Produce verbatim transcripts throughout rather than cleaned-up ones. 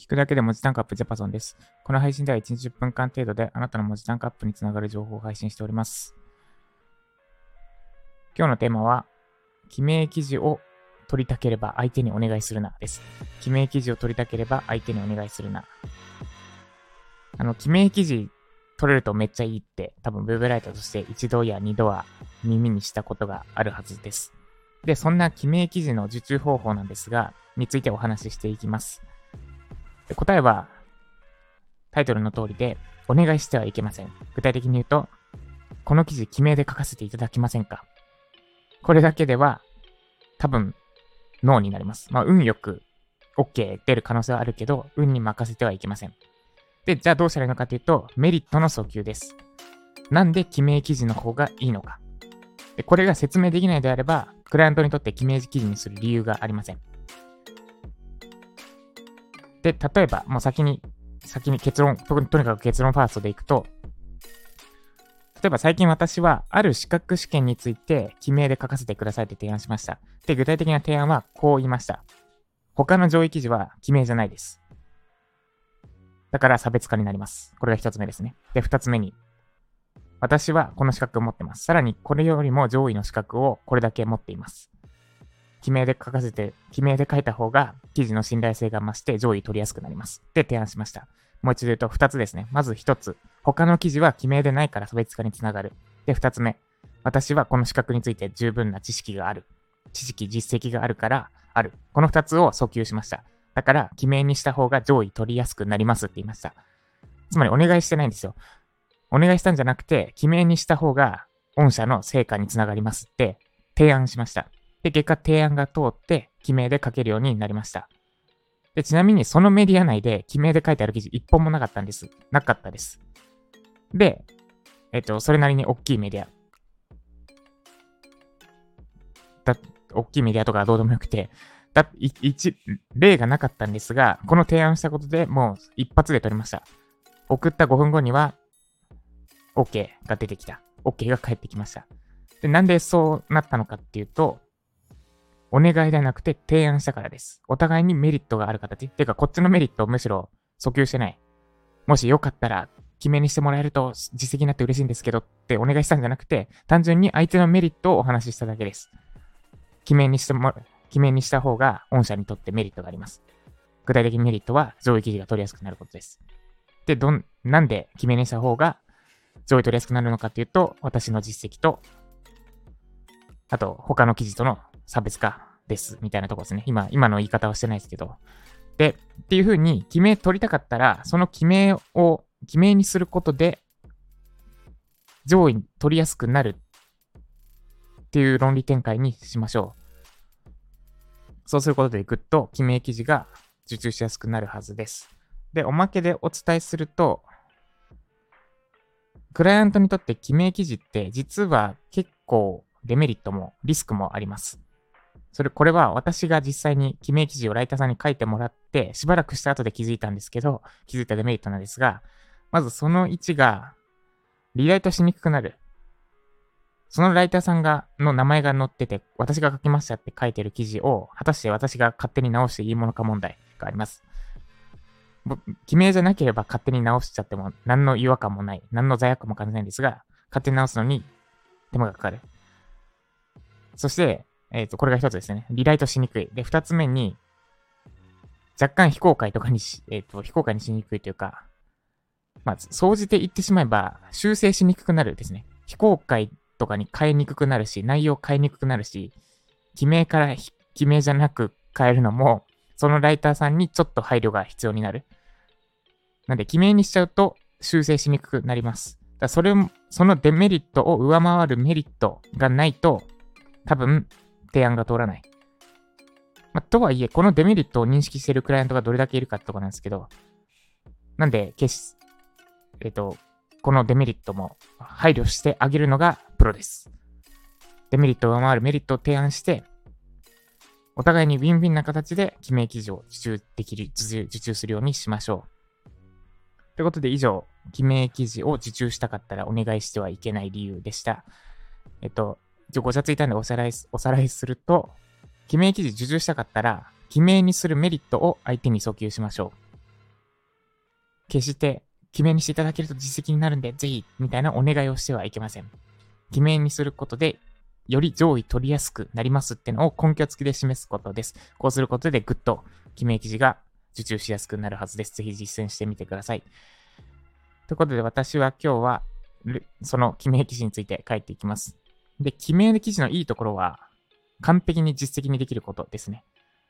聞くだけで文字タンクアップジャパソンです。この配信ではいちにちじゅっぷんかん程度であなたの文字タンクアップにつながる情報を配信しております。今日のテーマは、記名記事を取りたければ相手にお願いするなです。記名記事を取りたければ相手にお願いするな。あの、記名記事取れるとめっちゃいいって多分ウェブライターとして一度や二度は耳にしたことがあるはずです。で、そんな記名記事の受注方法なんですが、についてお話ししていきます。で、答えはタイトルの通りでお願いしてはいけません。具体的に言うと、この記事記名で書かせていただけませんか？これだけでは多分ノーになります。まあ運よく OK 出る可能性はあるけど、運に任せてはいけません。で、じゃあどうしたらいいのかというと、メリットの訴求です。なんで記名記事の方がいいのか。で、これが説明できないのであれば、クライアントにとって記名記事にする理由がありません。で、例えば、もう先に、先に結論、とにかく結論ファーストでいくと、例えば最近私は、ある資格試験について、記名で書かせてくださいって提案しました。で、具体的な提案はこう言いました。他の上位記事は記名じゃないです。だから差別化になります。これが一つ目ですね。で、二つ目に、私はこの資格を持ってます。さらにこれよりも上位の資格をこれだけ持っています。記名で書かせて、記名で書いた方が記事の信頼性が増して上位取りやすくなります。で、提案しました。もう一度言うと二つですね。まず一つ、他の記事は記名でないから差別化につながる。で、二つ目、私はこの資格について十分な知識がある。知識、実績があるからある。この二つを訴求しました。だから、記名にした方が上位取りやすくなりますって言いました。つまりお願いしてないんですよ。お願いしたんじゃなくて、記名にした方が御社の成果につながりますって提案しました。で、結果提案が通って記名で書けるようになりました。で、ちなみにそのメディア内で記名で書いてある記事一本もなかったんです。なかったです。で、えっと、それなりに大きいメディア。だ、大きいメディアとかはどうでもよくて、だ、一、例がなかったんですが、この提案したことでもう一発で取りました。送ったごふんごには、OK が出てきた。OK が返ってきました。で、なんでそうなったのかっていうと、お願いではなくて提案したからです。お互いにメリットがある形。てか、こっちのメリットをむしろ訴求してない。もしよかったら、記名にしてもらえると実績になって嬉しいんですけどってお願いしたんじゃなくて、単純に相手のメリットをお話ししただけです。記名にしても、記名にした方が御社にとってメリットがあります。具体的にメリットは上位記事が取りやすくなることです。で、どん、なんで記名にした方が上位取りやすくなるのかっていうと、私の実績と、あと他の記事との差別化です。みたいなところですね。今、今の言い方はしてないですけど。で、っていう風に記名取りたかったら、その記名を、記名にすることで、上位に取りやすくなるっていう論理展開にしましょう。そうすることでぐっと記名記事が受注しやすくなるはずです。で、おまけでお伝えすると、クライアントにとって記名記事って実は結構デメリットもリスクもあります。それ、これは私が実際に記名記事をライターさんに書いてもらって、しばらくした後で気づいたんですけど、気づいたデメリットなんですが、まずそのいちが、リライトしにくくなる。そのライターさんが、の名前が載ってて、私が書きましたって書いてる記事を、果たして私が勝手に直していいものか問題があります。記名じゃなければ勝手に直しちゃっても何の違和感もない。何の罪悪感も感じないんですが、勝手に直すのに手間がかかる。そして、えっと、これが一つですね。リライトしにくい。で、二つ目に、若干非公開とかにし、えっと、非公開にしにくいというか、まあ、総じて言ってしまえば、修正しにくくなるですね。非公開とかに変えにくくなるし、内容変えにくくなるし、記名から記名じゃなく変えるのも、そのライターさんにちょっと配慮が必要になる。なんで、記名にしちゃうと修正しにくくなります。だそれも、そのデメリットを上回るメリットがないと、多分、提案が通らない。まあ、とはいえ、このデメリットを認識しているクライアントがどれだけいるかってところなんですけど、なんで、決し、えっと、このデメリットも配慮してあげるのがプロです。デメリットを上回るメリットを提案して、お互いにウィンウィンな形で記名記事を受注できる、受注するようにしましょう。ということで以上、記名記事を受注したかったらお願いしてはいけない理由でした。えっと、一応ごちゃついたんでおさらい、おさらいすると、記名記事受注したかったら、記名にするメリットを相手に訴求しましょう。 決して記名にしていただけると実績になるんで、ぜひ、みたいなお願いをしてはいけません。記名にすることで、より上位取りやすくなりますってのを根拠付きで示すことです。こうすることでぐっと記名記事が受注しやすくなるはずです。ぜひ実践してみてください。ということで私は今日はその記名記事について書いていきます。で、記名記事のいいところは完璧に実績にできることですね。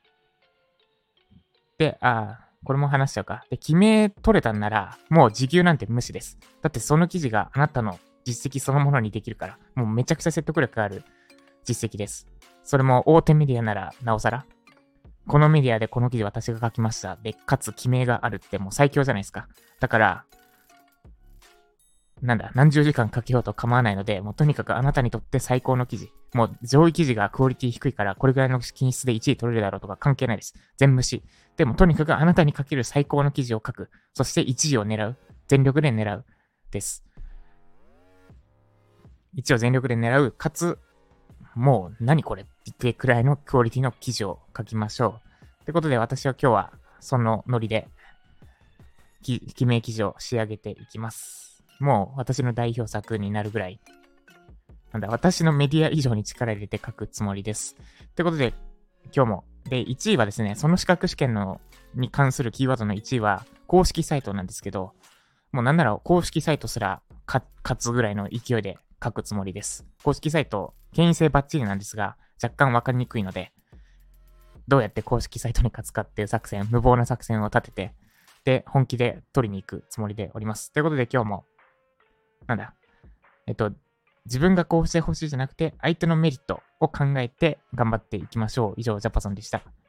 で、ああ、これも話しちゃうか。で、記名取れたんならもう時給なんて無視です。だってその記事があなたの実績そのものにできるから、もうめちゃくちゃ説得力がある実績です。それも大手メディアならなおさら。このメディアでこの記事私が書きました。で、かつ記名があるってもう最強じゃないですか。だから、なんだ、何十時間書けようと構わないので、もうとにかくあなたにとって最高の記事。もう上位記事がクオリティ低いから、これぐらいの品質でいちい取れるだろうとか関係ないです。全無視。でもとにかくあなたに書ける最高の記事を書く。そしていちいを狙う。全力で狙う。です。いちいを全力で狙う。かつ、もう何これってくらいのクオリティの記事を書きましょう。ってことで私は今日はそのノリで記名記事を仕上げていきます。もう私の代表作になるぐらい、なんだ、私のメディア以上に力入れて書くつもりです。ってことで今日も、で、いちいはですね、その資格試験のに関するキーワードのいちいは公式サイトなんですけど、もうなんなら公式サイトすら勝つぐらいの勢いで書くつもりです。公式サイト、権威性バッチリなんですが、若干わかりにくいので、どうやって公式サイトに勝つかっていう作戦、無謀な作戦を立てて、で、本気で取りに行くつもりでおります。ということで今日も、なんだ、えっと、自分がこうしてほしいじゃなくて、相手のメリットを考えて頑張っていきましょう。以上、ジャパソンでした。